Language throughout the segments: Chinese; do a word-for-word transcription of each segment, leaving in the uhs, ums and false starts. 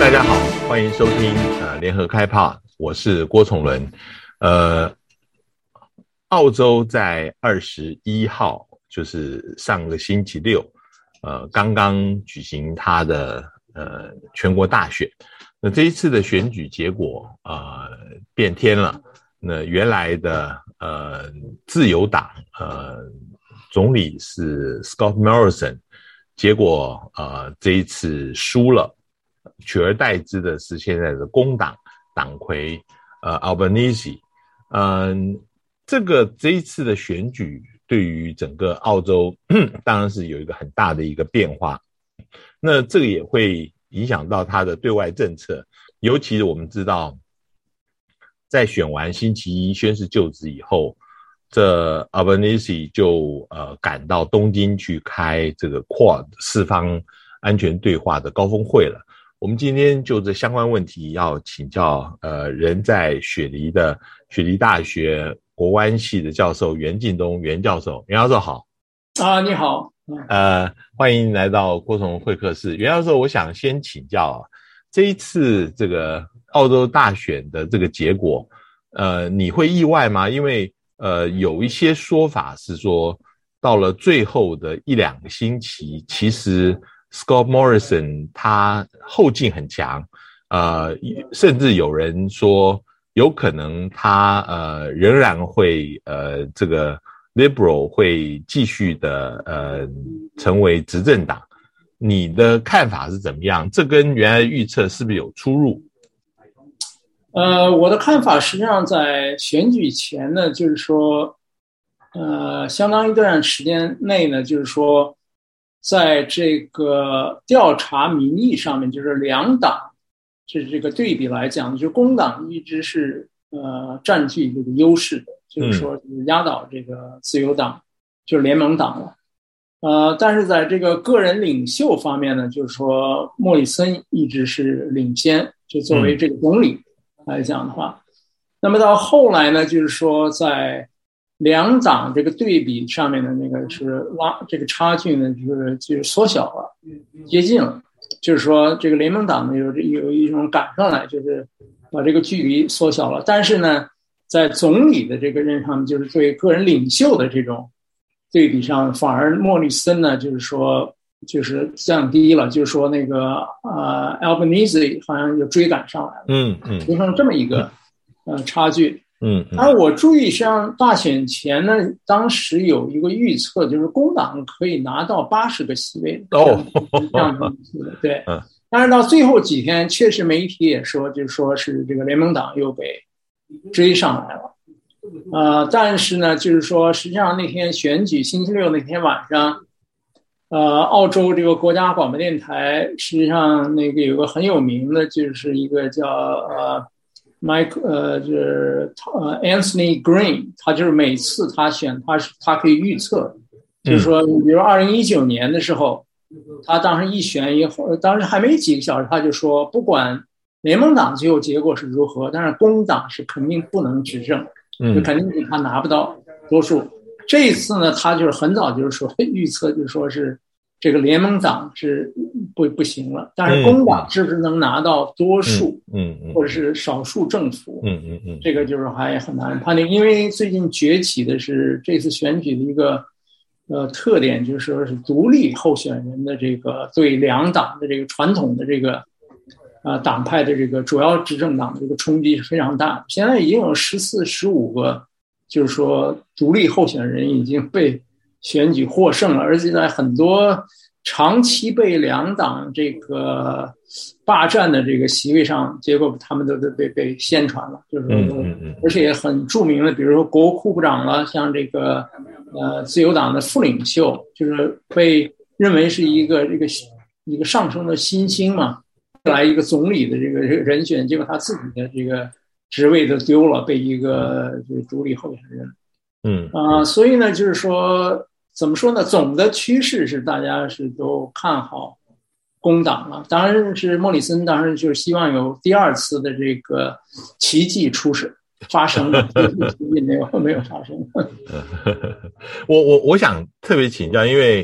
大家好，欢迎收听呃联合开炮，我是郭崇伦。呃，澳洲在二十一号，就是上个星期六，呃，刚刚举行他的呃全国大选。那这一次的选举结果呃变天了。那原来的呃自由党呃总理是 Scott Morrison， 结果呃这一次输了。取而代之的是现在的工党党魁呃 Albanese。 嗯、呃，这个这一次的选举对于整个澳洲当然是有一个很大的一个变化，那这个也会影响到他的对外政策，尤其是我们知道在选完星期一宣誓就职以后，这 Albanese 就呃赶到东京去开这个 Quad 四方安全对话的高峰会了。我们今天就这相关问题要请教呃人在雪梨的雪梨大学国关系的教授袁敬东袁教授。袁教授好。 啊，你好。 呃，欢迎来到郭崇会客室。袁教授，我想先请教啊，这一次这个澳洲大选的这个结果，呃，你会意外吗？因为呃有一些说法是说，到了最后的一两个星期，其实Scott Morrison 他后劲很强，呃，甚至有人说有可能他呃仍然会呃这个 Liberal 会继续的呃成为执政党。你的看法是怎么样？这跟原来预测是不是有出入？ 呃，我的看法实际上在选举前呢，就是说，呃，相当一段时间内呢，就是说。在这个调查民意上面，就是两党就是这个对比来讲，就是工党一直是呃占据这个优势的，就是说压倒这个自由党，就是联盟党了。呃，但是在这个个人领袖方面呢，就是说莫里森一直是领先，就作为这个总理来讲的话，那么到后来呢，就是说在两党这个对比上面的那个是拉这个差距呢，就是就是缩小了，接近了。就是说，这个联盟党呢有有一种赶上来，就是把这个距离缩小了。但是呢，在总理的这个任上，就是对个人领袖的这种对比上，反而莫里森呢，就是说就是降低了，就是说那个呃 Albanese 好像就追赶上来了， 嗯嗯， 形成这么一个呃差距。 嗯， 而我注意，像大选前呢，当时有一个预测，就是工党可以拿到八十个席位。 哦， 这样的预测，对。但是到最后几天，确实媒体也说，就是说是这个联盟党又被追上来了。呃，但是呢，就是说，实际上那天选举星期六那天晚上，呃，澳洲这个国家广播电台实际上那个有个很有名的，就是一个叫呃。Mike 呃就是呃 Anthony Green， 他就是每次他选他是他可以预测，就是说比如二零一九年的时候，他当时一选以后，当时还没几个小时，他就说不管联盟党最后结果是如何，但是工党是肯定不能执政，就肯定是他拿不到多数。这一次呢，他就是很早就是说预测，就是说是这个联盟党是不不行了，但是工党是不是能拿到多数， 嗯嗯， 或者是少数政府， 嗯嗯嗯， 这个就是还很难判定，因为最近崛起的是这次选举的一个呃特点，就是说是独立候选人的这个对两党的这个传统的这个啊、呃、党派的这个主要执政党的这个冲击是非常大的。现在已经有十四、十五个，就是说独立候选人已经被选举获胜了，而且在很多长期被两党这个霸占的这个席位上，结果他们都都被被宣传了，就是说，而且也很著名的，比如说国库部长了，像这个呃自由党的副领袖，就是被认为是一个这个一个上升的新星嘛，后来一个总理的这个人选，结果他自己的这个职位都丢了，被一个这个独立候选人。嗯啊、呃，所以呢，就是说，怎么说呢？总的趋势是大家是都看好工党了。当然是莫里森，当然就是希望有第二次的这个奇迹出生发生的，奇迹没有没有发生。 我我我想特别请教，因为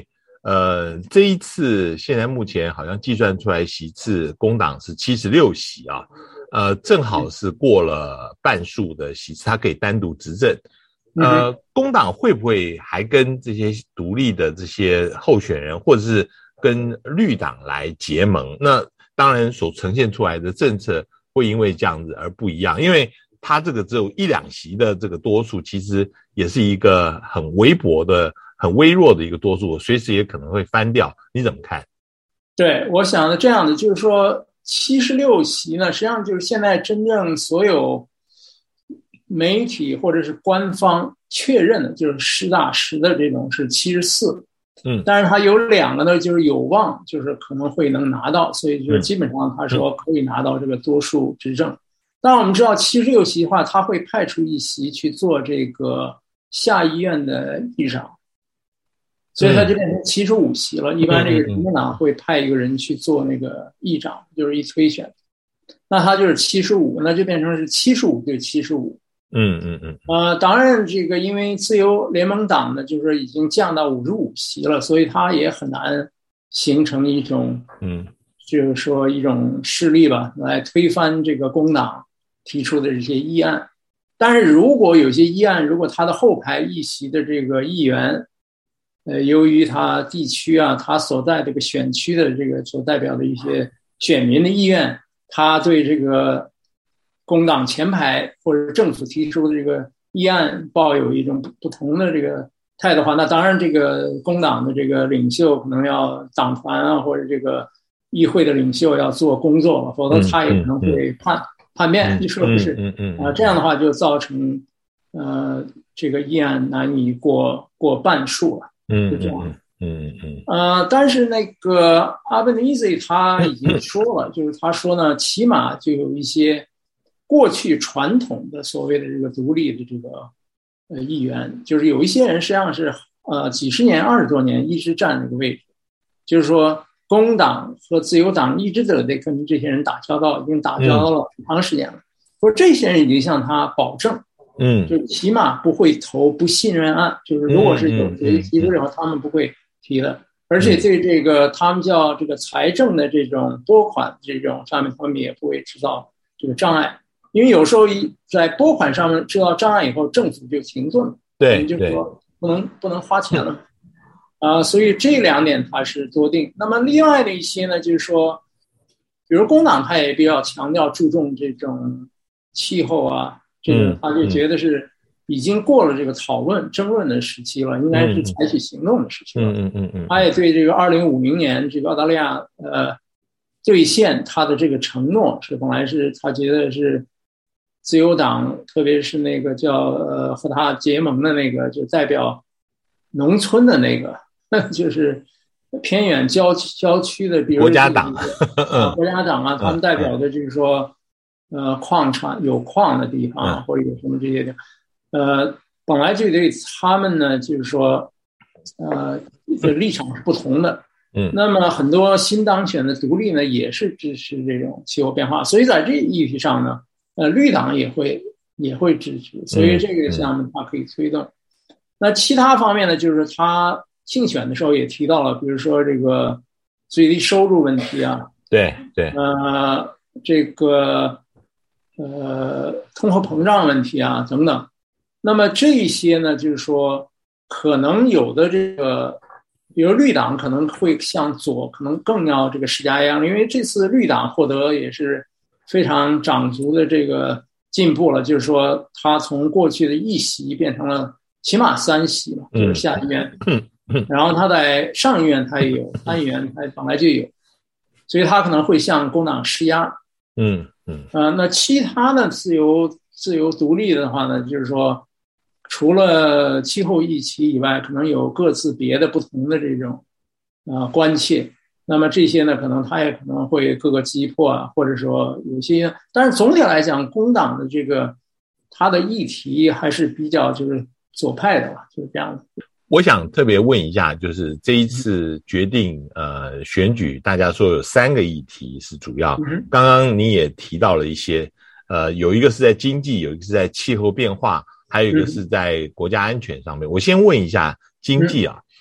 呃，这一次现在目前好像计算出来席次，工党是七十六席啊，呃，正好是过了半数的席次，它可以单独执政。呃，工党会不会还跟这些独立的这些候选人，或者是跟绿党来结盟？那当然所呈现出来的政策会因为这样子而不一样，因为它这个只有一两席的这个多数，其实也是一个很微薄的、很微弱的一个多数，随时也可能会翻掉。你怎么看？ 对，我想的这样的就是说，七十六席呢，实际上就是现在真正所有媒体或者是官方确认的，就是实打实的这种是七十四。嗯，但是它有两个呢，就是有望，就是可能会能拿到，所以就是基本上他说可以拿到这个多数执政。当然我们知道七十六席的话，他会派出一席去做这个下议院的议长，所以他就变成七十五席了。一般这个民主党会派一个人去做那个议长，就是一推选，那他就是七十五，那就变成是七十五对七十五。 嗯嗯嗯。 呃，当然这个因为自由联盟党呢，就是已经降到五十五席了，所以他也很难形成一种嗯，就是说一种势力吧，来推翻这个工党提出的这些议案。但是如果有些议案，如果他的后排一席的这个议员，呃，由于他地区啊，他所在这个选区的这个所代表的一些选民的意愿，他对这个工党前排或者政府提出的这个议案抱有一种不同的这个态度的话，那当然这个工党的这个领袖可能要党团啊，或者这个议会的领袖要做工作了，否则他也可能会叛。嗯叛变，你说不是？嗯嗯啊，这样的话就造成呃这个议案难以过过半数了，嗯，就这样。嗯嗯呃，但是那个阿本尼兹他已经说了，就是他说呢，起码就有一些过去传统的所谓的这个独立的这个呃议员，就是有一些人实际上是呃几十年、二十多年一直占这个位置，就是说。工党和自由党一直都得跟这些人打交道，已经打交道了很长时间了。说、嗯、这些人已经向他保证，嗯，就起码不会投不信任案，就是如果是有谁提出的话，他们不会提的。而且对这个他们叫这个财政的这种拨款这种上面，他们也不会制造这个障碍，因为有时候在拨款上面制造障碍以后，政府就停顿了，对，就是说不能不能花钱了。啊、呃，所以这两点它是多定。那么另外的一些呢，就是说，比如工党他也比较强调注重这种气候啊，这个他就觉得是已经过了这个讨论争论的时期了，应该是采取行动的时期了。嗯嗯嗯。他也对这个二零五零年这个澳大利亚呃兑现他的这个承诺，是本来是他觉得是自由党，特别是那个叫呃和他结盟的那个，就代表农村的那个。就是偏远郊郊区的，比如国家党、 啊、国家党啊，他们代表的就是说，呃，矿产有矿的地方，或者有什么这些的，呃，本来就对他们呢，就是说，呃，的立场是不同的。嗯，那么很多新当选的独立呢，也是支持这种气候变化，所以在这个议题上呢，呃，绿党也会也会支持，所以这个项目它可以推动。那其他方面呢，就是他。竞选的时候也提到了，比如说这个最低收入问题啊， 对对， 呃，这个呃通货膨胀问题啊等等。那么这一些呢，就是说可能有的这个，比如绿党可能会向左，可能更要这个施加压力，因为这次绿党获得也是非常长足的这个进步了，就是说他从过去的一席变成了起码三席嘛，就是下议院。嗯然后他在上议院他也有，参议院他本来就有，所以他可能会向工党施压。嗯嗯。呃，那其他的自由自由独立的话呢，就是说，除了气候议题以外，可能有各自别的不同的这种啊、呃、关切。那么这些呢，可能他也可能会各个击破啊，或者说有些，但是总体来讲，工党的这个他的议题还是比较就是左派的吧，就是这样子。 我想特别问一下，就是这一次决定呃选举，大家说有三个议题是主要。刚刚你也提到了一些，呃，有一个是在经济，有一个是在气候变化，还有一个是在国家安全上面。我先问一下经济啊，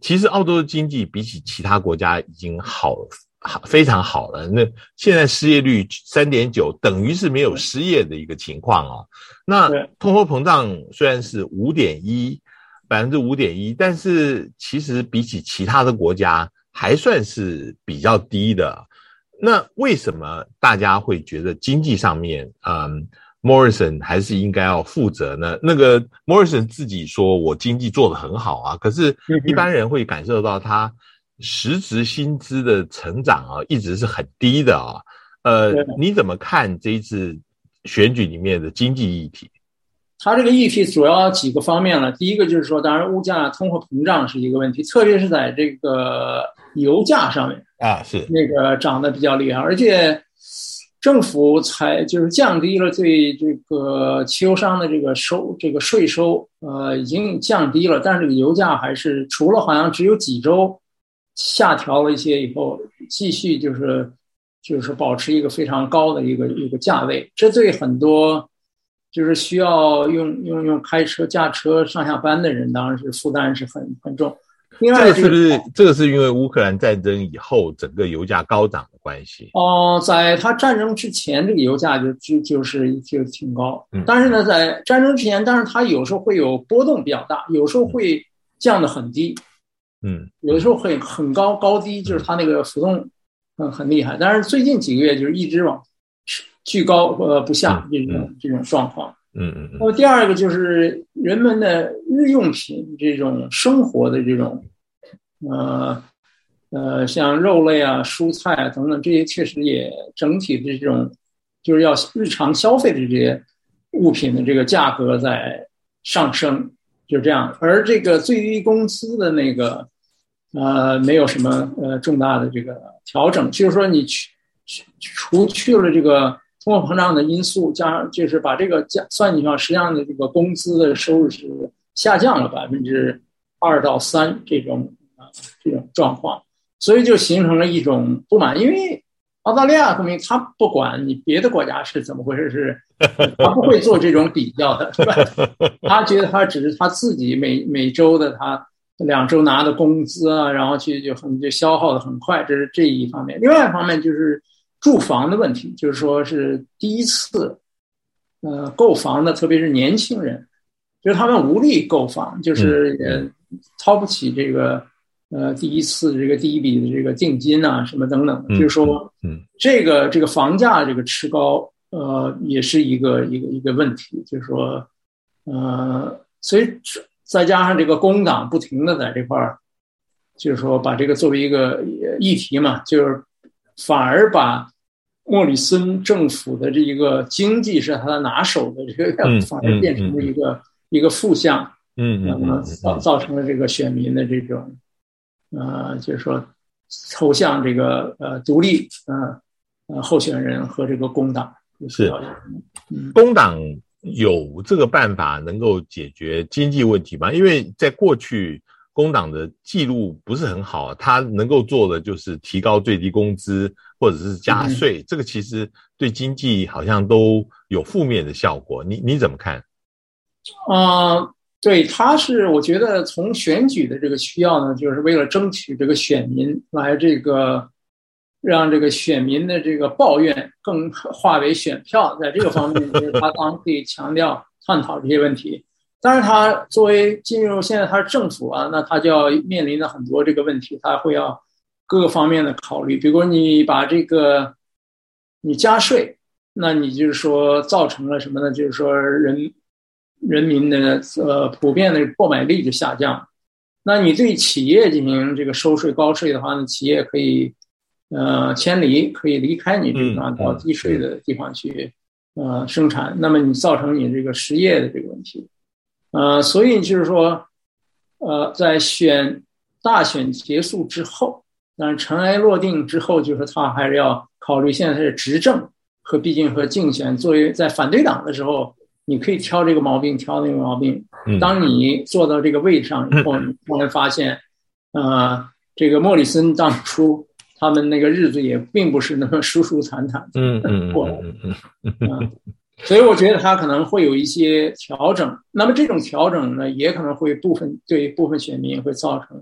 其实澳洲的经济比起其他国家已经好了，非常好了。那现在失业率 三点九 等于是没有失业的一个情况哦。那通货膨胀虽然是 五点一 百分之五点一， 但是其实比起其他的国家还算是比较低的。那为什么大家会觉得经济上面嗯 Morrison 还是应该要负责呢？那个 Morrison 自己说我经济做得很好啊，可是一般人会感受到他实质薪资的成长啊一直是很低的啊。呃，你怎么看这一次选举里面的经济议题？ 它这个议题主要几个方面了。第一个就是说，当然物价通货膨胀是一个问题，特别是在这个油价上面啊，是那个涨得比较厉害，而且政府才就是降低了对这个汽油商的这个收这个税收，呃，已经降低了，但是这个油价还是除了好像只有几周下调了一些以后，继续就是就是保持一个非常高的一个一个价位，这对很多就是需要用用用开车驾车上下班的人，当然是负担是很很重。另外、 这个是不是这个是因为乌克兰战争以后整个油价高涨的关系？ 哦、呃，在它战争之前，这个油价就就就是就挺高，但是呢，在战争之前，但是它有时候会有波动比较大，有时候会降得很低， 嗯， 有的时候会很高高低，就是它那个浮动嗯很厉害。但是最近几个月就是一直往居高呃不下这种、嗯、这种状况。 嗯嗯嗯。 那么第二个就是人们的日用品这种生活的这种呃呃像肉类啊、蔬菜啊等等，这些确实也整体的这种就是要日常消费的这些物品的这个价格在上升，就这样。而这个最低工资的那个呃没有什么呃重大的这个调整，就是说你去除去了这个通货膨胀的因素，加上就是把这个加算进去，实际上的这个工资的收入是下降了百分之二到三这种啊、呃、这种状况，所以就形成了一种不满。因为澳大利亚公民他不管你别的国家是怎么回事，是他不会做这种比较的，是吧？他觉得他只是他自己每每周的他两周拿的工资啊，然后去就很就消耗的很快，这是这一方面。另外一方面就是住房的问题，就是说是第一次，呃，购房的，特别是年轻人，就是他们无力购房，就是也掏不起这个，呃，第一次这个第一笔的这个定金啊，什么等等的，就是说，嗯，这个这个房价这个吃高，呃，也是一个一个一个问题，就是说，呃，所以再加上这个工党不停的在这块儿，就是说把这个作为一个议题嘛，就是反而把莫里森政府的这一个经济是他的拿手的这个，反而变成了一个、嗯嗯、一个负向， 嗯嗯嗯， 造造成了这个选民的这种，呃，就是说投向这个呃独立呃呃候选人和这个工党是，嗯、工党有这个办法能够解决经济问题吗？因为在过去工党的记录不是很好，他能够做的就是提高最低工资或者是加税、嗯、这个其实对经济好像都有负面的效果，你你怎么看？ 呃对，他是我觉得从选举的这个需要呢，就是为了争取这个选民来这个让这个选民的这个抱怨更化为选票，在这个方面就是他当然可以强调探讨这些问题。当然他作为进入现在他是政府啊，那他就要面临的很多这个问题，他会要各个方面的考虑。比如你把这个你加税，那你就是说造成了什么呢？就是说人人民的呃普遍的购买力就下降。那你对企业进行这个收税高税的话呢，企业可以呃迁离，可以离开你这个地方到低税的地方去呃生产，那么你造成你这个失业的这个问题。呃，所以就是说，呃，在选大选结束之后，但是尘埃落定之后，就是他还是要考虑现在是执政和毕竟和竞选。作为在反对党的时候，你可以挑这个毛病，挑那个毛病。当你坐到这个位置上以后，你突然发现，呃，这个莫里森当初他们那个日子也并不是那么舒舒坦坦嗯嗯过来的。嗯嗯嗯。所以我觉得他可能会有一些调整，那么这种调整呢，也可能会部分对部分选民会造成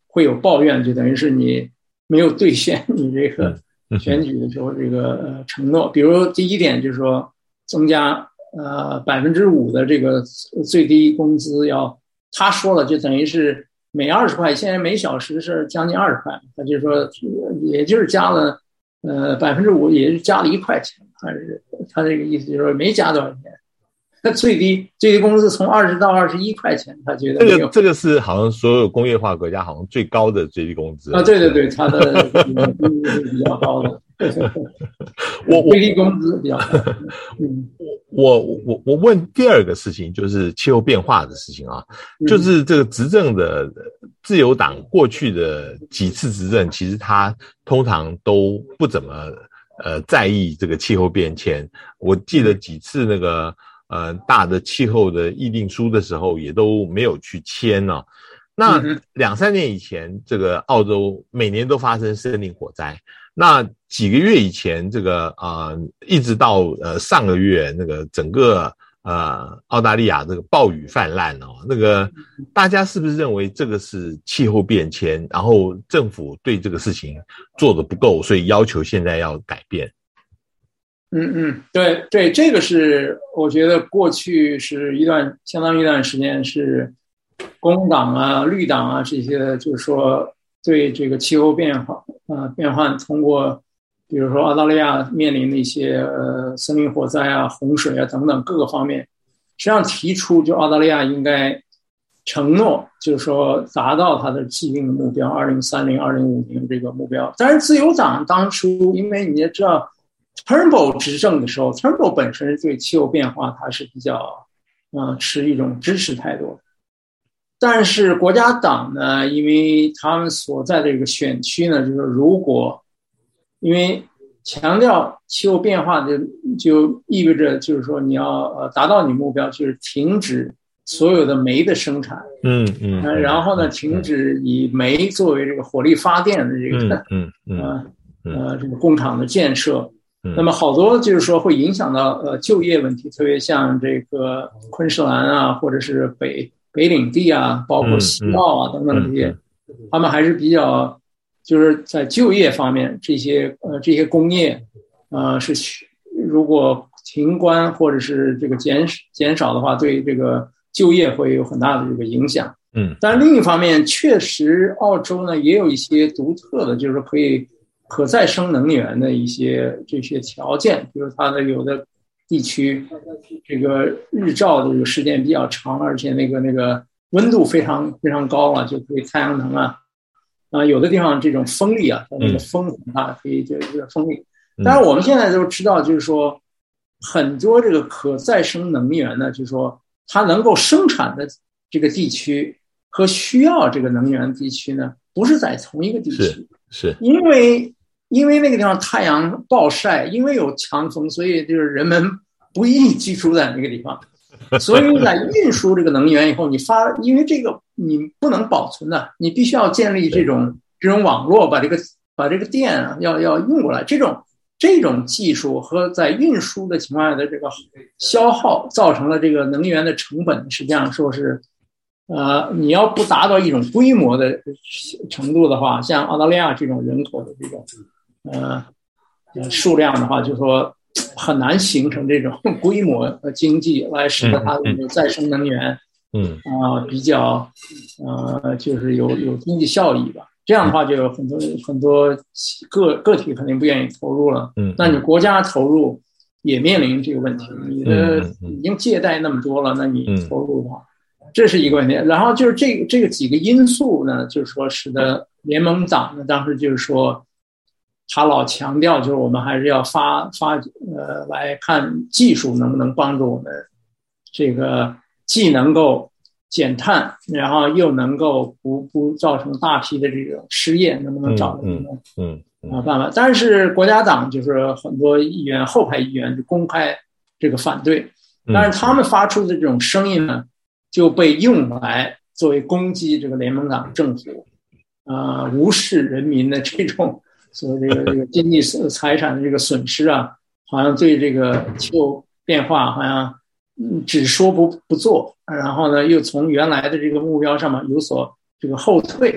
会有抱怨，就等于是你没有兑现你这个选举的时候这个呃承诺。比如第一点就是说增加呃百分之五的这个最低工资要，他说了就等于是每二十块，现在每小时是将近二十块，他就说也就是加了呃百分之五，也是加了一块钱，还是他这个意思就是说没加多少钱。那最低最低工资从二十到二十一块钱，他觉得这个这个是好像所有工业化国家好像最高的最低工资啊，对对对，他的工资是比较高的， 我最低工资比较高。嗯， 我我我问第二个事情就是气候变化的事情啊，就是这个执政的自由党过去的几次执政，其实他通常都不怎么呃在意这个气候变迁。我记得几次那个。呃，大的气候的议定书的时候，也都没有去签呢、啊。那两三年以前，这个澳洲每年都发生森林火灾。那几个月以前，这个呃，一直到呃上个月，那个整个呃澳大利亚这个暴雨泛滥哦，那个大家是不是认为这个是气候变迁？然后政府对这个事情做得不够，所以要求现在要改变？ 嗯嗯，对对，这个是我觉得过去是一段相当一段时间是工党啊、绿党啊这些，就是说对这个气候变化啊、呃、变换，通过比如说澳大利亚面临的一些呃森林火灾啊、洪水啊等等各个方面，实际上提出就澳大利亚应该承诺，就是说达到它的既定的目标，二零三零、二零五零这个目标。但是自由党当初，因为你也知道。Turnbull 执政的时候 ，Turnbull 本身对气候变化它是比较，呃，持一种支持态度。但是国家党呢，因为他们所在的这个选区呢，就是如果因为强调气候变化就就意味着就是说你要呃达到你目标，就是停止所有的煤的生产， 嗯嗯、呃， 然后呢，停止以煤作为这个火力发电的这个， 嗯嗯呃呃这个工厂的建设。 嗯、 那么好多就是说会影响到呃就业问题，特别像这个昆士兰啊，或者是北北领地啊，包括西澳啊等等这些，他们还是比较就是在就业方面这些呃这些工业呃是如果停关或者是这个减减少的话，对这个就业会有很大的这个影响。 嗯， 但另一方面，确实澳洲呢也有一些独特的，就是可以。可再生能源的一些这些条件，比如它的有的地区，这个日照的这个时间比较长，而且那个那个温度非常非常高了，就可以太阳能啊，啊，有的地方这种风力啊，它那个风很大，可以就是风力。但是我们现在都知道，就是说很多这个可再生能源呢，就是说它能够生产的这个地区和需要这个能源地区呢，不是在同一个地区， 是是因为。因为那个地方太阳暴晒，因为有强风，所以就是人们不易居住在那个地方。所以在运输这个能源以后，你发，因为这个你不能保存的，你必须要建立这种这种网络，把这个把这个电啊要要运过来。这种这种技术和在运输的情况下的这个消耗，造成了这个能源的成本，实际上说是。呃，你要不达到一种规模的程度的话，像澳大利亚这种人口的这种呃数量的话，就说很难形成这种规模的经济来使得它的再生能源， 嗯啊、呃、比较呃就是有有经济效益吧。这样的话，就有很多很多个个体肯定不愿意投入了。 嗯， 那你国家投入也面临这个问题，你的已经借贷那么多了，那你投入的话。这是一个问题，然后就是这个这个几个因素呢，就是说使得联盟党呢，当时就是说，他老强调就是我们还是要发发呃来看技术能不能帮助我们，这个既能够减碳，然后又能够不不造成大批的这种失业，能不能找到嗯嗯嗯啊办法？但是国家党就是很多议员后排议员就公开这个反对，但是他们发出的这种声音呢。就被用来作为攻击这个联盟党政府，啊、呃，无视人民的这种所谓这个这个经济财产的这个损失啊，好像对这个气候变化好像只说不不做，然后呢又从原来的这个目标上面有所这个后退，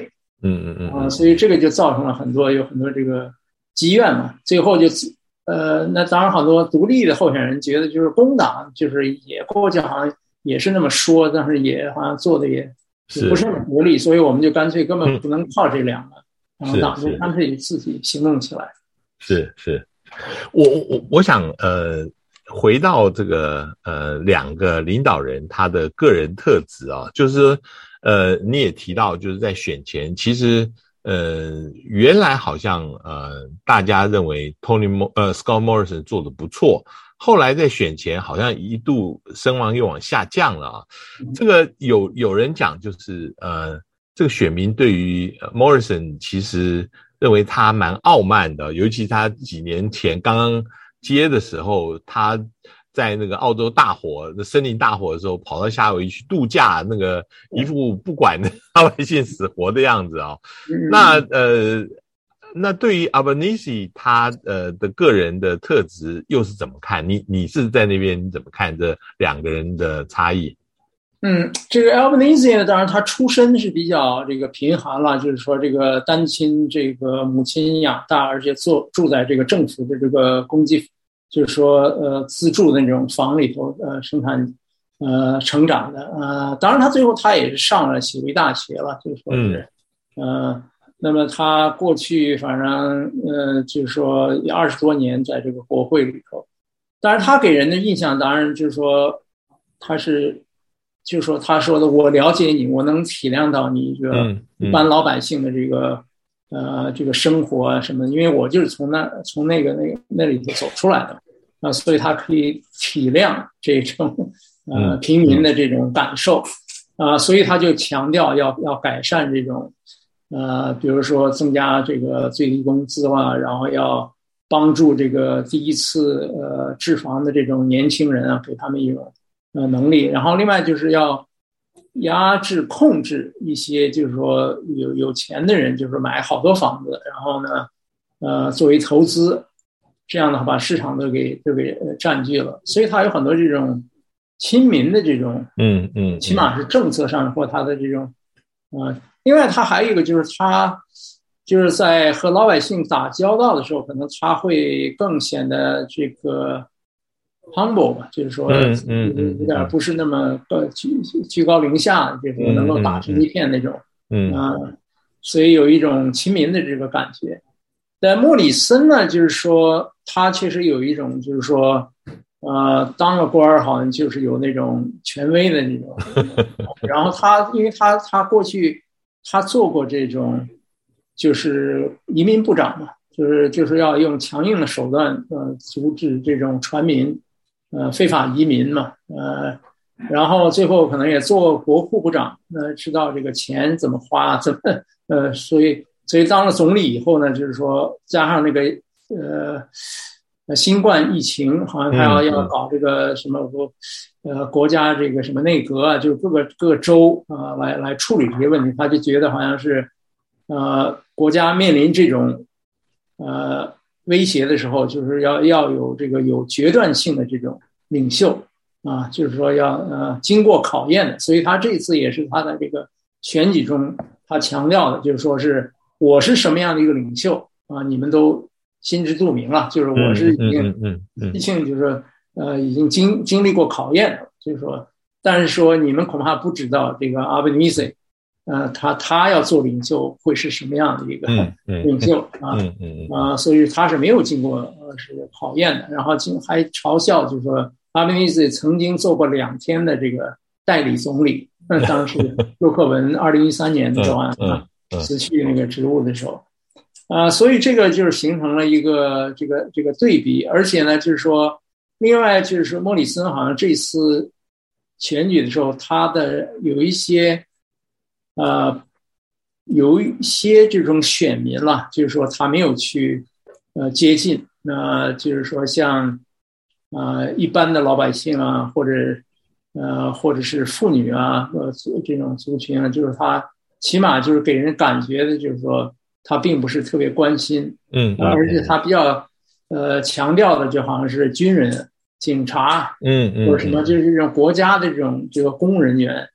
嗯嗯嗯啊，所以这个就造成了很多有很多这个积怨嘛。最后就呃，那当然很多独立的候选人觉得就是工党就是也过去好像也是那么说，但是也好像做的也也不是那么合理，所以我们就干脆根本不能靠这两个，然后党就干脆自己行动起来。 是是，我我我想呃。回到这个呃两个领导人他的个人特质啊，就是说呃你也提到就是在选前，其实呃原来好像呃大家认为 Tony 呃 Scott Morrison 做得不错，后来在选前好像一度声望又往下降了啊。这个有有人讲就是呃这个选民对于 Morrison 其实认为他蛮傲慢的，尤其他几年前刚刚接的时候，他在那个澳洲大火、森林大火的时候，跑到夏威夷去度假，那个一副不管老百姓死活的样子啊、哦。那呃，那对于 Albanese 他呃的个人的特质又是怎么看？你你是在那边你怎么看这两个人的差异？ 嗯，这个 Albanese 呢，当然他出身是比较这个贫寒了，就是说这个单亲这个母亲养大，而且做住在这个政府的这个公积，就是说呃资助的那种房里头呃生产呃成长的呃，当然他最后他也是上了悉尼大学了，就是说是、嗯、呃，那么他过去反正呃就是说二十多年在这个国会里头，当然他给人的印象当然就是说他是。就是说，他说的，我了解你，我能体谅到你一个一般老百姓的这个、嗯嗯、呃这个生活啊什么的，因为我就是从那从那个那个那里头走出来的啊、呃，所以他可以体谅这种呃平民的这种感受啊、呃，所以他就强调要要改善这种呃，比如说增加这个最低工资啊，然后要帮助这个第一次呃置房的这种年轻人啊，给他们一种。呃，能力，然后另外就是要压制、控制一些，就是说有有钱的人，就是买好多房子，然后呢，呃，作为投资，这样的话把市场都给都给占据了，所以他有很多这种亲民的这种， 嗯嗯， 起码是政策上或他的这种，呃，另外他还有一个就是他就是在和老百姓打交道的时候，可能他会更显得这个。humble 吧，就是说， 嗯嗯嗯， 有点不是那么呃居居高临下，就是说能够打成一片那种， 嗯啊、呃，所以有一种亲民的这个感觉。但莫里森呢，就是说他确实有一种，就是说，呃，当了官儿好像就是有那种权威的那种。然后他，因为他他过去他做过这种，就是移民部长嘛，就是就是要用强硬的手段，呃，阻止这种传民。呃，非法移民嘛，呃，然后最后可能也做国库部长，呃，知道这个钱怎么花，怎么，呃，所以所以当了总理以后呢，就是说加上那个呃新冠疫情，好像他要要搞这个什么国呃国家这个什么内阁啊，就是各个各个州啊、呃、来来处理这些问题，他就觉得好像是呃国家面临这种呃。威胁的时候，就是要要有这个有决断性的这种领袖啊，就是说要呃经过考验的，所以他这次也是他的这个选举中他强调的，就是说是我是什么样的一个领袖啊，你们都心知肚明了，就是我是已经毕竟就是呃已经经经历过考验的，就是说，但是说你们恐怕不知道这个 Albanese。呃，他他要做领袖会是什么样的一个领袖啊？ 嗯嗯啊，所以他是没有经过呃是考验的。然后经还嘲笑，就是说阿宾尼斯曾经做过两天的这个代理总理。那当时洛克文二零一三年的时候啊，辞去那个职务的时候，啊，所以这个就是形成了一个这个这个对比。而且呢，就是说，另外就是说，莫里森好像这次选举的时候，他的有一些。呃，有一些这种选民了，就是说他没有去呃接近，那、呃、就是说像呃一般的老百姓啊，或者呃或者是妇女啊，呃这种族群啊，就是他起码就是给人感觉的，就是说他并不是特别关心， 嗯， 呃、而且他比较呃强调的就好像是军人、警察， 嗯嗯， 或者什么就是这种国家的这种这个公务人员。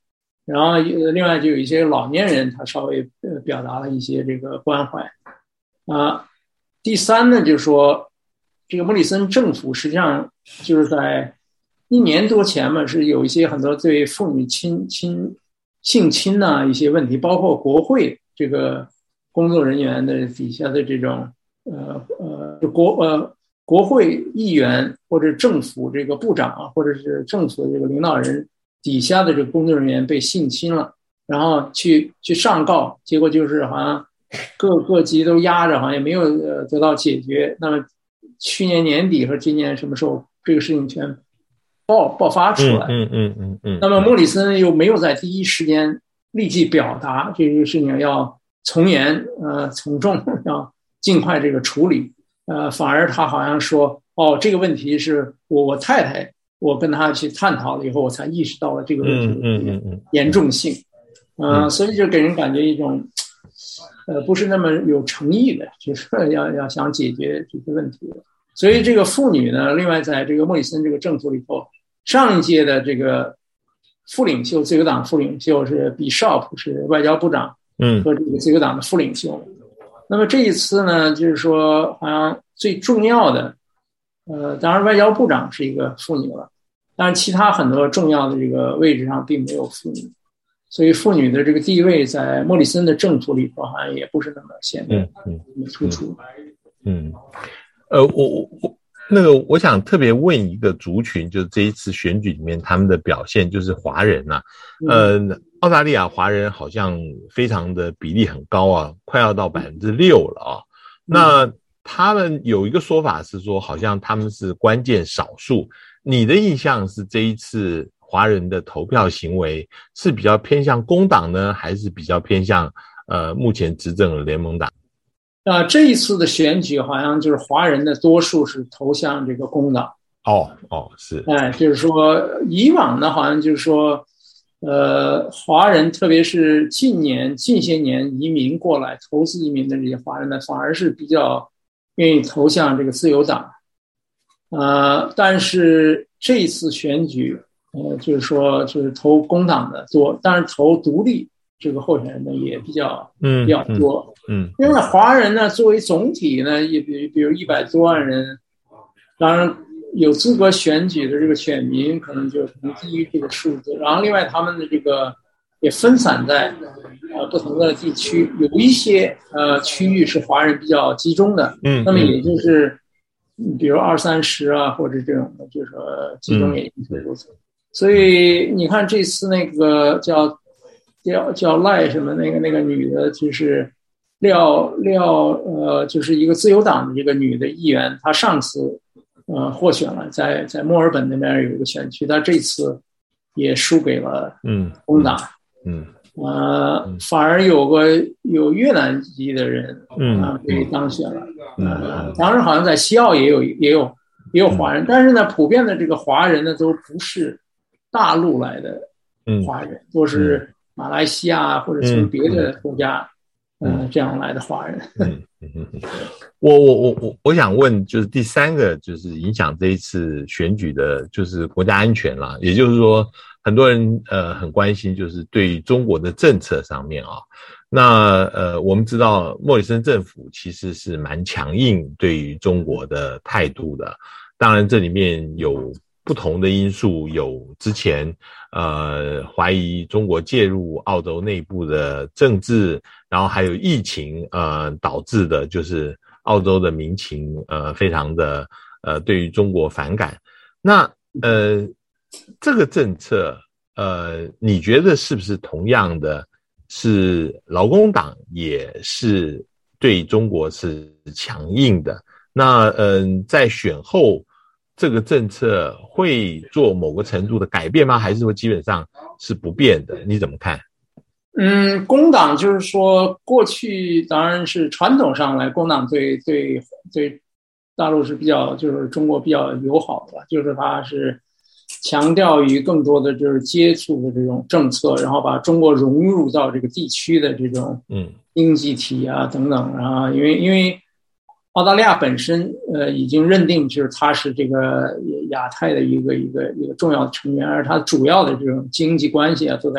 然后另外就有一些老年人，他稍微呃表达了一些这个关怀啊。第三呢，就是说这个莫里森政府实际上就是在一年多前嘛，是有一些很多对妇女侵侵性侵呐、啊、一些问题，包括国会这个工作人员的底下的这种呃呃国呃国会议员或者政府这个部长啊，或者是政府的这个领导人底下的这个工作人员被性侵了，然后去去上告，结果就是好像各各级都压着，好像也没有呃得到解决。那么去年年底和今年什么时候这个事情全爆爆发出来？ 嗯嗯嗯嗯。 那么莫里森又没有在第一时间立即表达这个事情要从严呃从重，要尽快这个处理。呃，反而他好像说，哦，这个问题是我我太太。我跟他去探讨了以后，我才意识到了这个问题的严重性，嗯、呃，所以就给人感觉一种，呃，不是那么有诚意的，就是要要想解决这些问题的。所以这个妇女呢，另外在这个莫里森这个政府里头，上一届的这个副领袖，自由党副领袖是比绍普，是外交部长，嗯，和这个自由党的副领袖。那么这一次呢，就是说好像最重要的。呃，当然，外交部长是一个妇女了，但是其他很多重要的这个位置上并没有妇女，所以妇女的这个地位在莫里森的政府里头好像也不是那么显得那么突出。 嗯，呃，我我那个我想特别问一个族群，就是这一次选举里面他们的表现，就是华人啊，呃，澳大利亚华人好像非常的比例很高啊，快要到百分之六了啊，那。他们有一个说法是说，好像他们是关键少数。你的印象是这一次华人的投票行为是比较偏向工党呢，还是比较偏向呃目前执政的联盟党？ 啊、呃，这一次的选举好像就是华人的多数是投向这个工党。 哦哦，是。 哎，就是说以往呢，好像就是说，呃，华人特别是近年近些年移民过来投资移民的这些华人呢，反而是比较。愿意投向这个自由党，呃，但是这一次选举，呃，就是说就是投工党的多，但是投独立这个候选人呢也比较嗯比较多，嗯，因为华人呢作为总体呢也比比如一百多万人，当然有资格选举的这个选民可能就可能低于这个数字，然后另外他们的这个也分散在。呃，不同的地区有一些呃区域是华人比较集中的，嗯，那么也就是，比如二三十啊，或者这种的，就是说集中也就是如此。嗯、所以你看这次那个叫叫叫赖什么那个那个女的，就是廖廖呃，就是一个自由党的这个女的议员，她上次呃获选了，在在墨尔本那边有一个选区，她这次也输给了嗯工党，嗯。嗯呃，反而有个有越南籍的人，嗯，啊，被当选了。呃，当然好像在西澳也有也有也有华人，但是呢，普遍的这个华人呢，都不是大陆来的华人，都是马来西亚或者从别的国家，嗯、呃，这样来的华人。 嗯嗯嗯，我我我我我想问，就是第三个就是影响这一次选举的，就是国家安全啦，也就是说。很多人呃很关心，就是对于中国的政策上面啊，那呃我们知道莫里森政府其实是蛮强硬对于中国的态度的，当然这里面有不同的因素，有之前呃怀疑中国介入澳洲内部的政治，然后还有疫情呃导致的就是澳洲的民情呃非常的呃对于中国反感，那呃。这个政策，呃，你觉得是不是同样的，是劳工党也是对中国是强硬的？那嗯、呃，在选后，这个政策会做某个程度的改变吗？还是说基本上是不变的？你怎么看？ 嗯，工党就是说，过去当然是传统上来，工党对对对大陆是比较，就是中国比较友好的，就是它是。强调于更多的就是接触的这种政策，然后把中国融入到这个地区的这种嗯经济体啊等等啊，因为因为澳大利亚本身呃已经认定就是它是这个亚太的一个一个一个重要的成员，而它主要的这种经济关系啊都在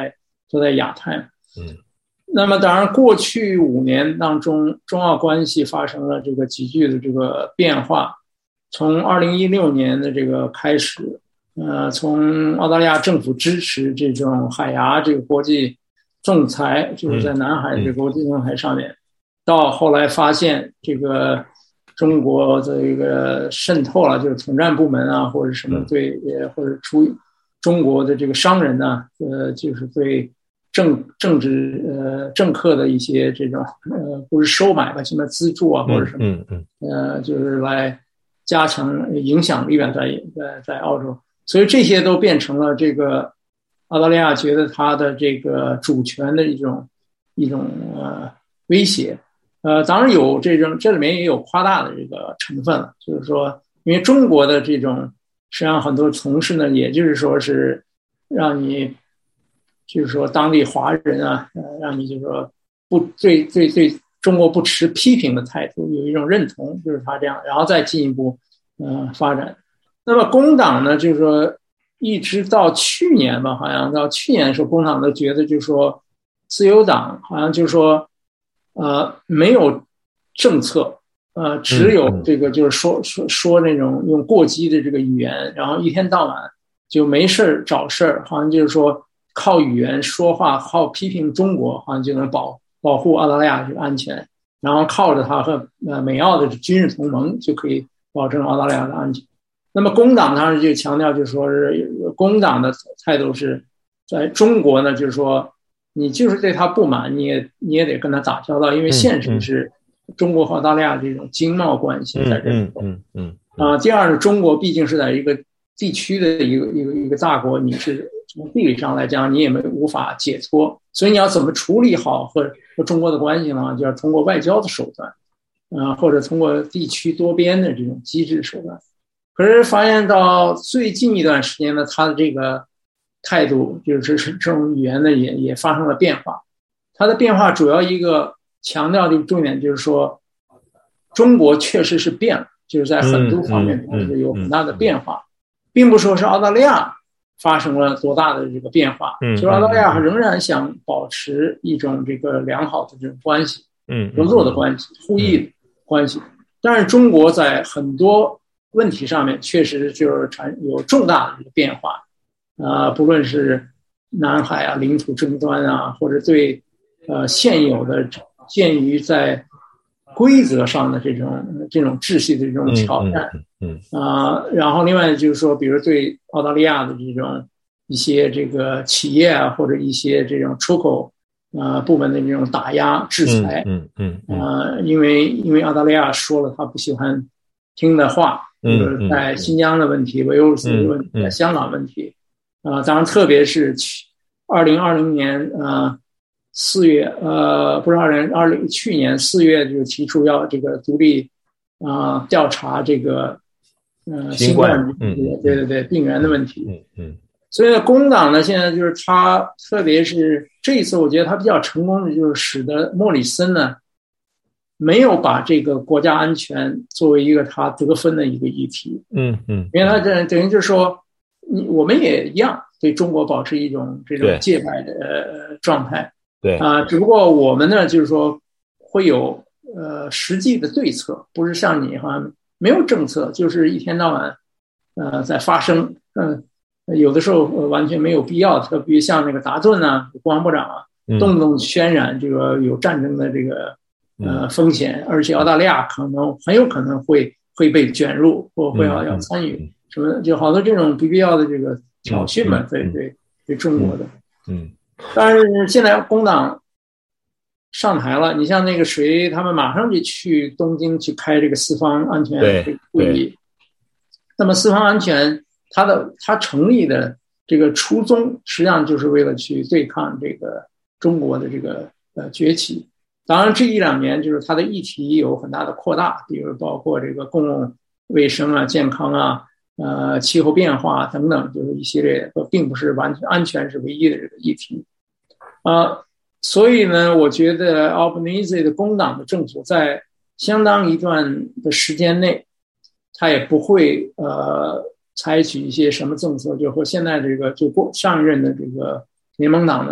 都在亚太。 嗯， 那么当然，过去五年当中，中澳关系发生了这个急剧的这个变化。从二零一六年的这个开始，呃，从澳大利亚政府支持这种海牙这个国际仲裁，就是在南海这个国际仲裁上面，到后来发现这个中国的一个渗透了，就是统战部门啊，或者什么对，呃，或者出中国的这个商人呢，呃，就是对政政治呃政客的一些这种呃不是收买吧，什么资助啊，或者什么， 嗯嗯， 呃，就是来加强影响力吧，在在在澳洲，所以这些都变成了这个澳大利亚觉得它的这个主权的一种一种呃威胁。呃，当然有这种，这里面也有夸大的这个成分了，就是说，因为中国的这种实际上很多从事呢，也就是说是让你，就是说当地华人啊，呃，让你就是说不对对对中国不持批评的态度，有一种认同，就是他这样，然后再进一步呃发展。那么工党呢，就是说一直到去年吧，好像到去年的时候，工党都觉得就是说自由党好像就是说。呃，没有政策，呃，只有这个就是说说说那种用过激的这个语言，然后一天到晚就没事找事儿，好像就是说靠语言说话，靠批评中国，好像就能保保护澳大利亚这个安全，然后靠着它和呃美澳的军事同盟就可以保证澳大利亚的安全。那么工党当时就强调，就是说是工党的态度是在中国呢，就是说。你就是对他不满，你也你也得跟他打交道，因为现实是中国和澳大利亚这种经贸关系在这里头。嗯嗯啊，第二呢，中国毕竟是在一个地区的一个一个一个大国，你是从地理上来讲，你也没无法解脱，所以你要怎么处理好和和中国的关系呢？就要通过外交的手段，啊，或者通过地区多边的这种机制手段。可是发现到最近一段时间呢，他的这个。态度就是这种语言呢也也发生了变化，它的变化主要一个强调的重点就是说，中国确实是变了，就是在很多方面它是有很大的变化，并不说是澳大利亚发生了多大的这个变化，就是澳大利亚仍然想保持一种这个良好的这种关系，嗯，合作的关系，互益的关系，但是中国在很多问题上面确实就是产有重大的这个变化。啊，不论是南海啊、领土争端啊，或者对呃现有的鉴于在规则上的这种这种秩序的这种挑战，嗯啊、呃，然后另外就是说，比如对澳大利亚的这种一些这个企业啊，或者一些这种出口啊、呃、部门的这种打压制裁，嗯嗯啊、呃，因为因为澳大利亚说了他不喜欢听的话，就是在新疆的问题、维吾尔族的问题、在香港问题。啊、呃，当然，特别是二零二零年呃四月呃不是二零二零去年四月就提出要这个独立啊、呃、调查这个呃新冠嗯对对对病源的问题嗯嗯，所以呢，工党呢现在就是他特别是这一次，我觉得他比较成功的就是使得莫里森呢没有把这个国家安全作为一个他得分的一个议题嗯嗯，因为他这等于就是说。你我们也一样对中国保持一种这种戒备的呃状态，对啊、呃，只不过我们呢就是说会有呃实际的对策，不是像你好像没有政策，就是一天到晚呃在发生，嗯、呃，有的时候、呃、完全没有必要，特别像那个达顿啊，国防部长啊，动不动渲染这个有战争的这个呃风险，而且澳大利亚可能很有可能会会被卷入或会要要参与。什么就好多这种不必要的这个挑衅嘛，对对对中国的，嗯，但是现在工党上台了，你像那个谁，他们马上就去东京去开这个四方安全会议。那么四方安全，它的它成立的这个初衷，实际上就是为了去对抗这个中国的这个呃崛起。当然，这一两年就是它的议题有很大的扩大，比如包括这个公共卫生啊、健康啊。呃，气候变化等等，就是一系列，并不是完全安全是唯一的这个议题，啊、呃，所以呢，我觉得 Albanese 的工党的政府在相当一段的时间内，他也不会呃采取一些什么政策，就和现在这个就过上一任的这个联盟党的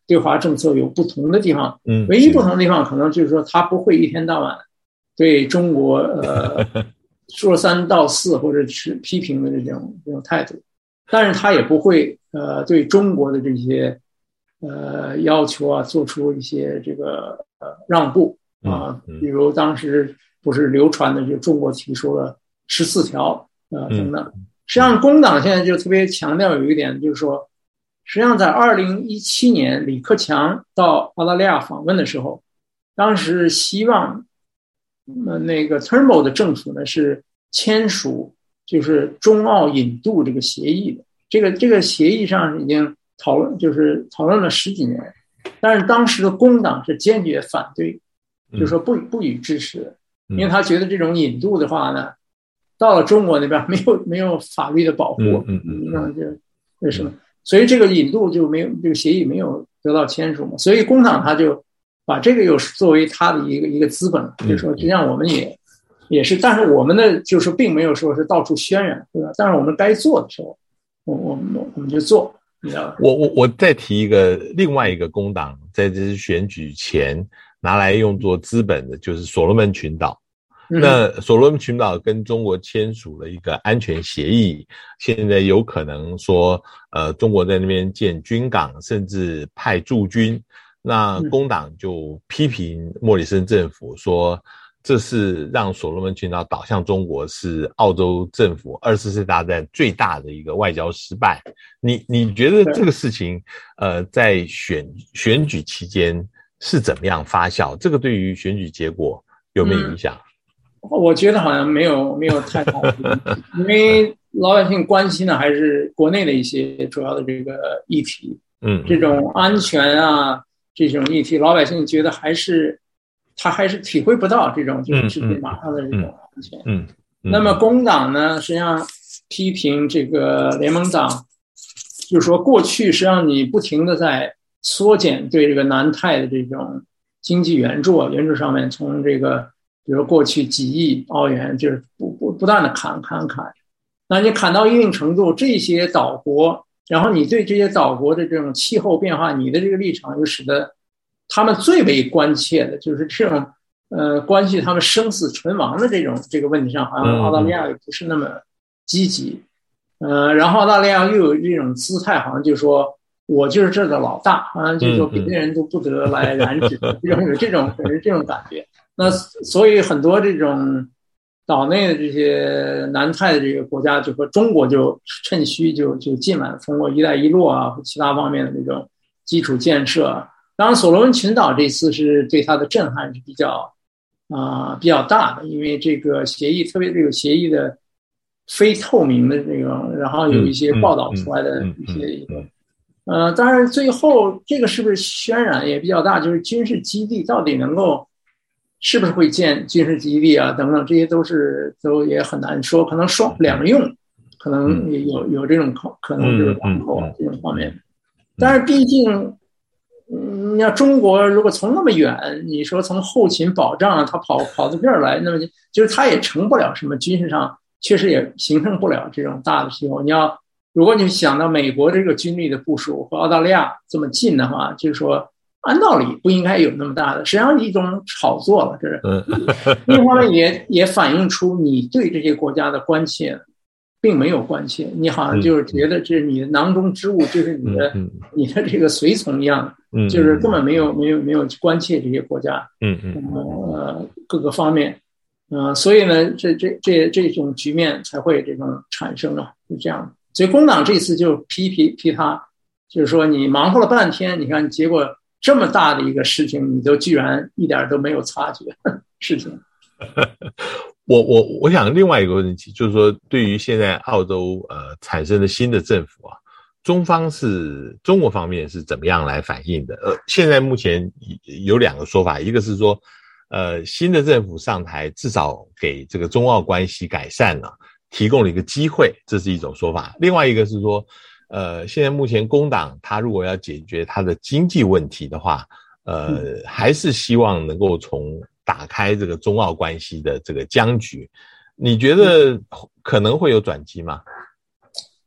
对华政策有不同的地方， 嗯， 唯一不同的地方可能就是说他不会一天到晚对中国呃说三道四或者是批评的这种这种态度，但是他也不会呃对中国的这些呃要求啊做出一些这个呃让步啊，比如当时不是流传的就中国提出了十四条呃等等。实际上工党现在就特别强调有一点，就是说实际上在二零一七年李克强到澳大利亚访问的时候，当时希望呃那个 Turnbull 的政府呢是签署就是中澳引渡这个协议的，这个这个协议上已经讨论就是讨论了十几年，但是当时的工党是坚决反对，就是说不不予支持的，因为他觉得这种引渡的话呢，到了中国那边没有没有法律的保护， 嗯嗯嗯，就为什么？所以这个引渡就没有这个协议没有得到签署嘛，所以工党他就把这个又作为他的一个一个资本，就是说实际上我们也也是，但是我们呢就是并没有说是到处渲染，对吧？但是我们该做的时候，我我们我们就做，你知道吧？ 我我我再提一个另外一个工党在这次选举前拿来用作资本的，就是所罗门群岛。那所罗门群岛跟中国签署了一个安全协议，现在有可能说呃中国在那边建军港，甚至派驻军。那工党就批评莫里森政府说，这是让所罗门群岛倒向中国，是澳洲政府二次世界大战最大的一个外交失败。你你觉得这个事情呃在选选举期间是怎么样发酵？这个对于选举结果有没有影响？ 嗯，我觉得好像没有没有太大的问题，因为老百姓关心的还是国内的一些主要的这个议题， 嗯， 这种安全啊这种议题，老百姓觉得还是他还是体会不到这种就是直接马上的这种安全。 嗯， 那么工党呢，实际上批评这个联盟党，就是说过去实际上你不停的在缩减对这个南太的这种经济援助啊，援助上面从这个。比如过去几亿澳元，就是不不不断的砍砍砍，那你砍到一定程度，这些岛国，然后你对这些岛国的这种气候变化，你的这个立场就使得他们最为关切的就是这种呃关系他们生死存亡的这种这个问题上，好像澳大利亚也不是那么积极，呃，然后澳大利亚又有这种姿态，好像就说我就是这的老大，好像就说别人都不得来染指，这种有这种给人这种感觉。那所以很多这种岛内的这些南太的这个国家，就和中国就趁虚就就进来，通过“一带一路”啊和其他方面的这种基础建设。当然，所罗门群岛这次是对它的震撼是比较啊、呃、比较大的，因为这个协议，特别这个协议的非透明的这种，然后有一些报道出来的一些一个。呃，当然最后这个是不是渲染也比较大，就是军事基地到底能够。是不是会建军事基地啊？等等，这些都是都也很难说，可能双两用，可能有有这种可可能就是往后啊这种方面。但是毕竟，嗯，你要中国如果从那么远，你说从后勤保障啊，他跑跑到这儿来，那么就是他也成不了什么军事上，确实也形成不了这种大的气候。你要如果你想到美国这个军力的部署和澳大利亚这么近的话，就是说。按道理不应该有那么大的，实际上一种炒作了，这是。另一方面也也反映出你对这些国家的关切，并没有关切，你好像就是觉得这是你的囊中之物，就是你的你的这个随从一样，就是根本没有没有没有关切这些国家， 嗯嗯呃各个方面，呃所以呢这这这这种局面才会这种产生啊，就这样。所以工党这次就批批批他，就是说你忙活了半天，你看结果。这么大的一个事情，你都居然一点都没有察觉事情。 我我我想另外一个问题就是说，对于现在澳洲呃产生的新的政府啊，中方是中国方面是怎么样来反应的？呃，现在目前有两个说法，一个是说，呃，新的政府上台，至少给这个中澳关系改善了，提供了一个机会，这是一种说法。另外一个是说。呃，现在目前工党他如果要解决他的经济问题的话，呃，还是希望能够从打开这个中澳关系的这个僵局。你觉得可能会有转机吗？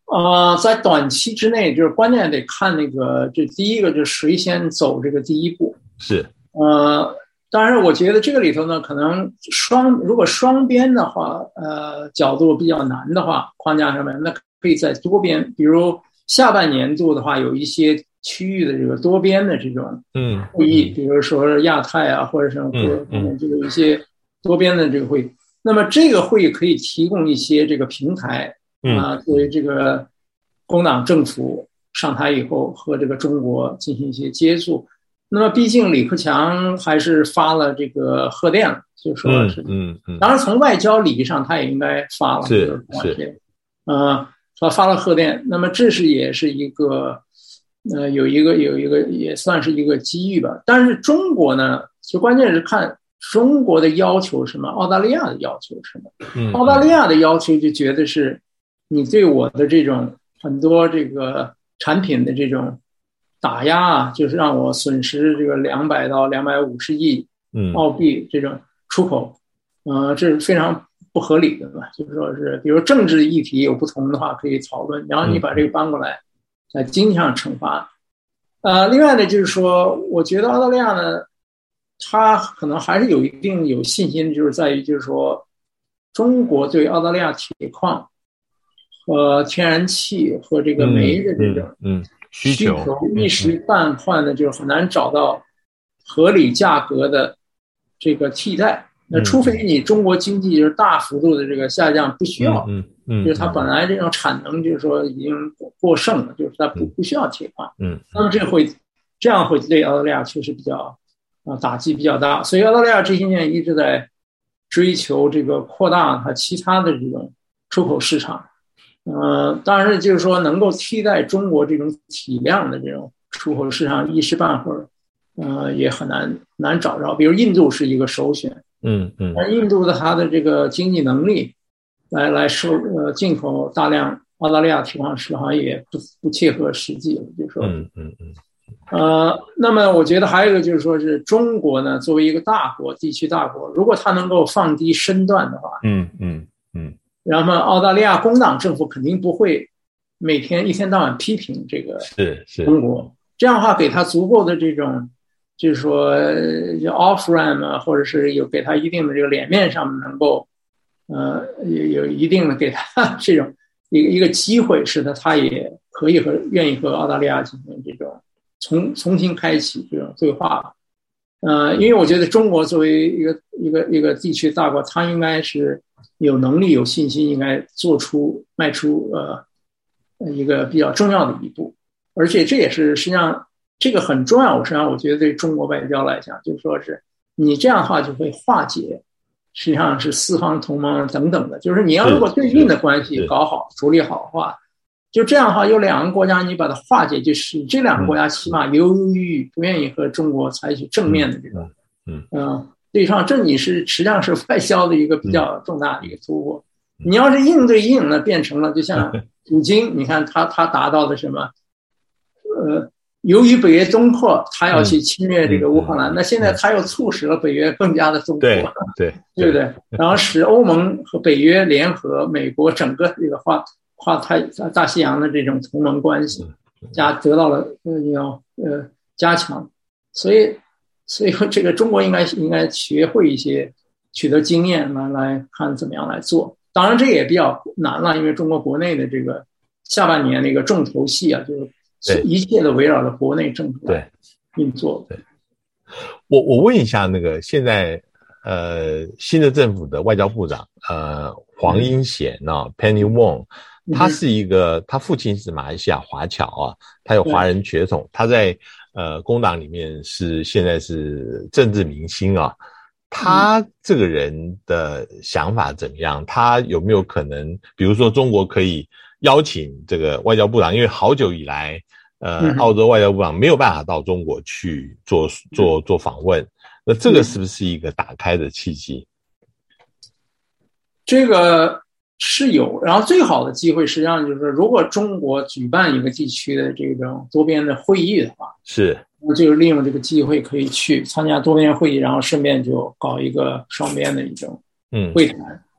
呃，在短期之内，就是关键得看那个，这第一个就是谁先走这个第一步。 是， 呃，当然，我觉得这个里头呢，可能双如果双边的话，呃，角度比较难的话，框架上面那可以在多边，比如下半年度的话，有一些区域的这个多边的这种嗯会议，比如说亚太啊，或者是嗯这个一些多边的这个会议。那么这个会议可以提供一些这个平台。啊，作为这个工党政府上台以后和这个中国进行一些接触，那么毕竟李克强还是发了这个贺电了，就说是， 嗯嗯， 当然从外交礼仪上他也应该发了， 是是， 呃，他发了贺电，那么这是也是一个，呃，有一个有一个也算是一个机遇吧。但是中国呢，就关键是看中国的要求是什么，澳大利亚的要求是什么。 嗯， 澳大利亚的要求就觉得是。你对我的这种很多这个产品的这种打压啊，就是让我损失这个两百到两百五十亿澳币这种出口，呃，这是非常不合理的嘛。就是说是，比如政治议题有不同的话可以讨论，然后你把这个搬过来，在经济上惩罚。呃，另外呢，就是说，我觉得澳大利亚呢，它可能还是有一定有信心，就是在于就是说，中国对澳大利亚铁矿。和天然气和这个煤的这种嗯需求一时半换的，就很难找到合理价格的这个替代。那除非你中国经济就是大幅度的这个下降，不需要， 嗯嗯， 就是它本来这种产能就是说已经过剩了，就是它不不需要铁矿。 嗯， 那么这会这样会对澳大利亚确实比较啊打击比较大。所以澳大利亚这些年一直在追求这个扩大它其他的这种出口市场。呃，当然就是说能够替代中国这种体量的这种出口市场一时半会儿，呃，也很难难找着。比如印度是一个首选， 嗯嗯， 而印度的它的这个经济能力来来收呃进口大量澳大利亚铁矿石，好像也不不切合实际了，就是说， 嗯嗯嗯， 呃，那么我觉得还有一个就是说是中国呢，作为一个大国，地区大国，如果它能够放低身段的话， 嗯嗯嗯。 然后澳大利亚工党政府肯定不会每天一天到晚批评这个中国，这样的话给他足够的这种，就是说 off ramp 啊，或者是有给他一定的这个脸面上能够，呃，有有一定的给他这种一个一个机会，使得他也可以和愿意和澳大利亚进行这种重重新开启这种对话。呃，因为我觉得中国作为一个一个一个地区大国，它应该是。有能力、有信心，应该做出、迈出呃一个比较重要的一步，而且这也是实际上这个很重要。实际上，我觉得对中国外交来讲，就是说是你这样的话就会化解，实际上是四方同盟等等的。就是你要如果对印的关系搞好、处理好的话，就这样的话，有两个国家你把它化解，就是这两个国家起码犹犹豫豫，不愿意和中国采取正面的这种嗯嗯。对上，这你是实际上是外交的一个比较重大的一个突破。你要是硬对硬呢，变成了就像普京，你看他他达到的什么？呃，由于北约东扩，他要去侵略这个乌克兰，那现在他又促使了北约更加的东扩， 对对对不对？然后使欧盟和北约联合美国整个这个跨跨太大西洋的这种同盟关系加得到了呃要呃加强，所以。所以这个中国应该应该学会一些取得经验来来看怎么样来做。当然这也比较难了，因为中国国内的这个下半年那个重头戏啊，就是一切都围绕着国内政府来运作。 对，我我问一下，那个现在呃新的政府的外交部长呃黄英贤呢、啊、Penny Wong， 他是一个、嗯、他父亲是马来西亚华侨啊，他有华人血统，他在。呃，工党里面是现在是政治明星啊，他这个人的想法怎么样？他有没有可能，比如说中国可以邀请这个外交部长，因为好久以来，呃，澳洲外交部长没有办法到中国去做做做访问，那这个是不是一个打开的契机？ 这个是有，然后最好的机会实际上就是说，如果中国举办一个地区的这种多边的会议的话， 是， 那就利用这个机会可以去参加多边会议，然后顺便就搞一个双边的一种会谈。嗯、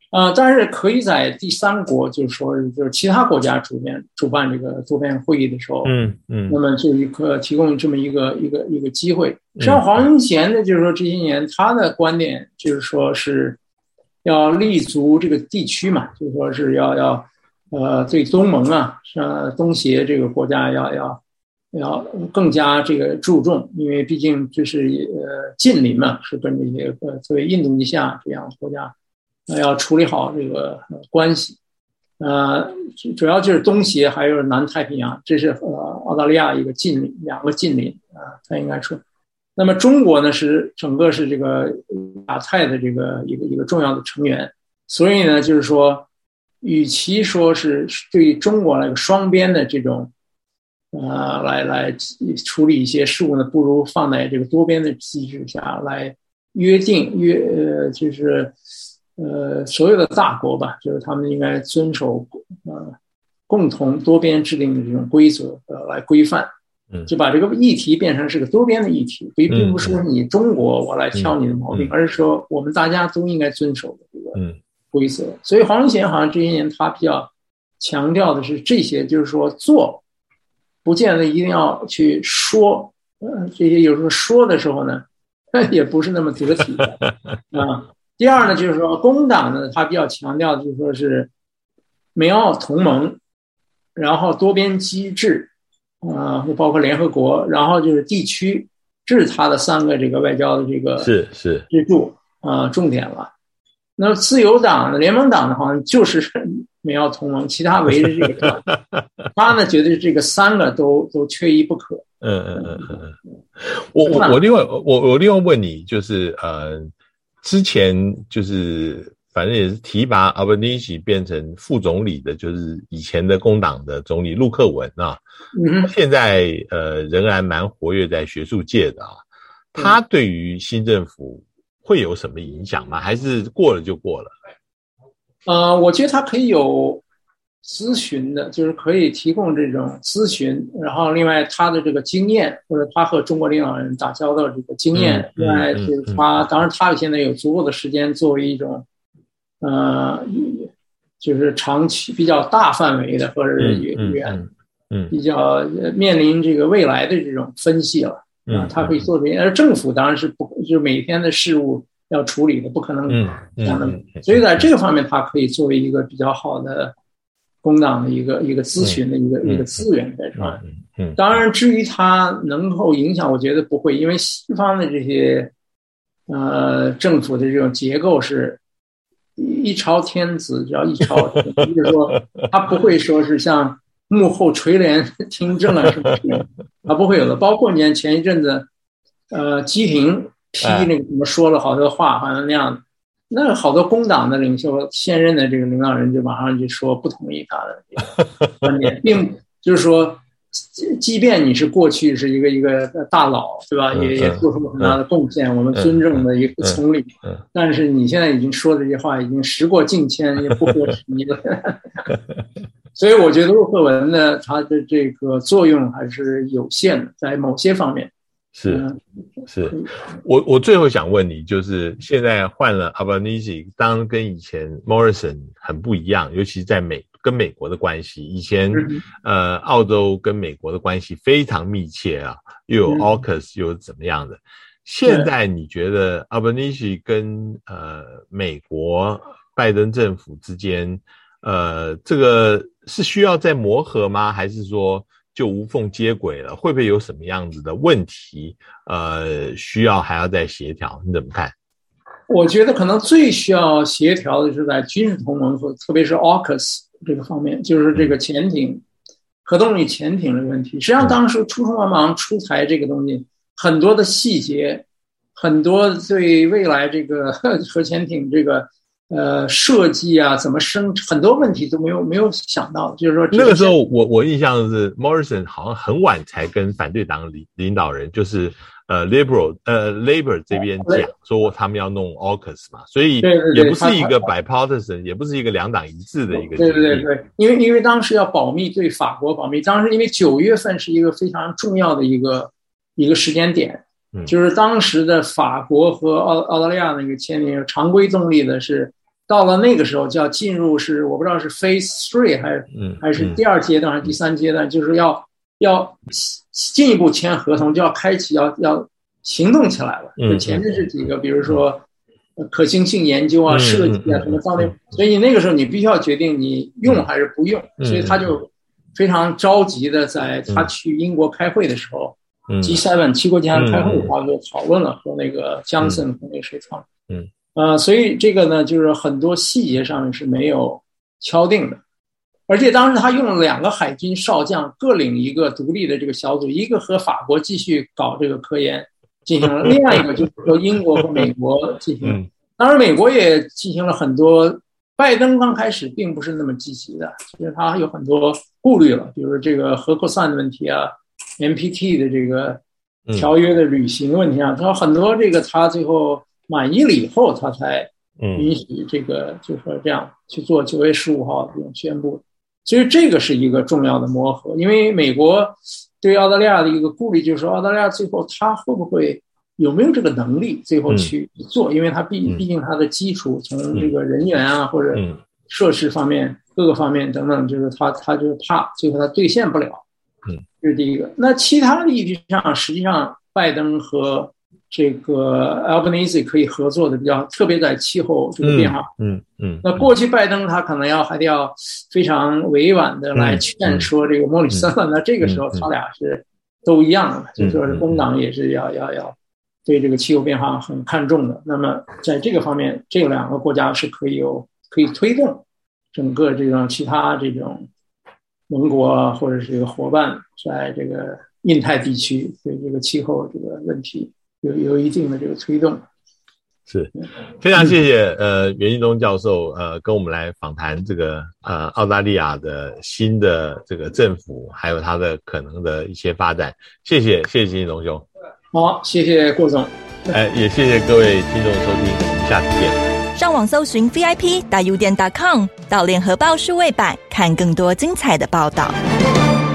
呃，但是可以在第三国，就是说，就是其他国家主办主办这个多边会议的时候， 嗯嗯， 那么就一个提供这么一个一个一个机会。实际上，黄英贤呢，就是说这些年他的观点就是说是要立足这个地区嘛，就是说是要要呃对东盟啊，像东协这个国家要要要更加这个注重，因为毕竟就是呃近邻嘛，是跟这些呃作为印度尼西亚这样的国家。要处理好这个关系，呃，主要就是东协还有南太平洋，这是呃澳大利亚一个近邻，两个近邻啊，他应该说。那么中国呢是整个是这个亚太的这个一个一个重要的成员，所以呢就是说，与其说是对于中国来说双边的这种呃来来处理一些事务呢，不如放在这个多边的机制下来约定约呃就是。呃，所有的大国吧，就是他们应该遵守呃共同多边制定的这种规则呃来规范， 嗯， 就把这个议题变成是个多边的议题，并并不是说你中国我来挑你的毛病，而是说我们大家都应该遵守的这个规则。所以黄英贤好像这些年他比较强调的是这些，就是说做，不见得一定要去说，呃，这些有时候说的时候呢，也不是那么得体的啊。第二呢，就是说工党呢，他比较强调就是说是美澳同盟，然后多边机制，啊、呃，包括联合国，然后就是地区，这是他的三个这个外交的这个是是支柱啊、呃，重点了。那么自由党呢，联盟党呢，好像就是美澳同盟，其他围着这个，他呢觉得这个三个都都缺一不可。 嗯嗯嗯嗯嗯，我我我另外我我另外问你，就是呃。之前就是反正也是提拔 Albanese 变成副总理的，就是以前的工党的总理陆克文啊， 嗯， 现在呃仍然蛮活跃在学术界的啊。他对于新政府会有什么影响吗？还是过了就过了？ 呃，我觉得他可以有咨询的，就是可以提供这种咨询，然后另外他的这个经验，或者他和中国领导人打交道这个经验， 嗯、 另外就是他，当然他现在有足够的时间作为一种，呃，就是长期比较大范围的或者是远，嗯，嗯比较面临这个未来的这种分析了啊，他可以做这些，而政府当然是不就每天的事务要处理的，不可能这样的，嗯嗯、所以在这个方面，他可以作为一个比较好的。工党的一个一个咨询的一个、嗯、一个资源在这儿，嗯，当然，至于它能够影响，我觉得不会，因为西方的这些呃政府的这种结构是一朝天子，只要一朝天，就是说他不会说是像幕后垂帘听政啊什么的，他不会有的。包括你看前一阵子，呃，基廷批那个什么说了好多话，好像那样。那好多工党的领袖，现任的这个领导人就马上就说不同意他的这个观点，并就是说，即便你是过去是一个一个大佬，对吧？也也做出了很大的贡献，我们尊重的一个总理，但是你现在已经说的这些话已经时过境迁，也不合时宜了。所以我觉得陆克文呢，他的这个作用还是有限的，在某些方面。 是，是，我我最后想问你，就是现在换了 Albanese， 当然跟以前 Morrison 很不一样，尤其在美跟美国的关系，以前、嗯、呃澳洲跟美国的关系非常密切啊，又有 AUKUS 又怎么样的，现在你觉得 Albanese 跟呃美国拜登政府之间，呃这个是需要再磨合吗？还是说就无缝接轨了？会不会有什么样子的问题？呃，需要还要再协调？你怎么看？ 我觉得可能最需要协调的是在军事同盟和特别是 AUKUS 这个方面，就是这个潜艇、核动力潜艇的问题。实际上，当时初匆忙忙出台这个东西，很多的细节，很多对未来这个核潜艇这个。呃，设计啊，怎么生很多问题都没有没有想到，就是说那个时候我我印象是 Morrison 好像很晚才跟反对党领领导人，就是呃 Liberal 呃 Labor 这边讲说他们要弄 AUKUS 嘛，所以也不是一个 bipartisan， 也不是一个两党一致的一个。 对对对对，因为因为当时要保密，对法国保密，当时因为九月份是一个非常重要的一个一个时间点。就是当时的法国和澳澳大利亚那个签订常规动力的是到了那个时候就要进入是我不知道是 phase three 还是、嗯、还是第二阶段还是第三阶段，就是要要进一步签合同，就要开启要要行动起来了。就前面是几个，比如说可行性研究啊、设计啊什么方面，所以你那个时候你必须要决定你用还是不用，所以他就非常着急的在他去英国开会的时候。G 七 七国集团开会，他就讨论了和那个江森和那个谁讨论，嗯，呃，所以这个呢，就是很多细节上面是没有敲定的，而且当时他用了两个海军少将各领一个独立的这个小组，一个和法国继续搞这个科研进行了，另外一个就是和英国和美国进行了。当然，美国也进行了很多。拜登刚开始并不是那么积极的，其实他有很多顾虑了，比如这个核扩散的问题啊。N P T 的这个条约的履行问题上，他很多这个他最后满意了以后，他才允许这个就是说这样去做九月十五号这种宣布。所以这个是一个重要的磨合，因为美国对澳大利亚的一个顾虑就是说，澳大利亚最后他会不会有没有这个能力最后去做，因为他毕毕竟他的基础从这个人员啊或者设施方面各个方面等等，就是他他就怕最后他兑现不了。嗯，这是第一个。那其他的议题上，实际上拜登和这个 Albanese 可以合作的比较，特别在气候这个变化。嗯 嗯, 嗯。那过去拜登他可能要还得要非常委婉的来劝说这个莫里森了，嗯嗯、那这个时候他俩是都一样的，嗯、就说是工党也是要要要对这个气候变化很看重的。那么在这个方面，这两个国家是可以有可以推动整个这种其他这种。盟国或者是这个伙伴在这个印太地区对这个气候这个问题有有一定的这个推动。 是，非常谢谢呃袁敬忠教授呃跟我们来访谈这个呃澳大利亚的新的这个政府还有它的可能的一些发展。谢谢谢谢金忠兄。 好，谢谢郭总。 哎，也谢谢各位听众收听，我们下次见。 上网搜寻 V I P 大 U 点 com 到联合报数位版看更多精彩的报道。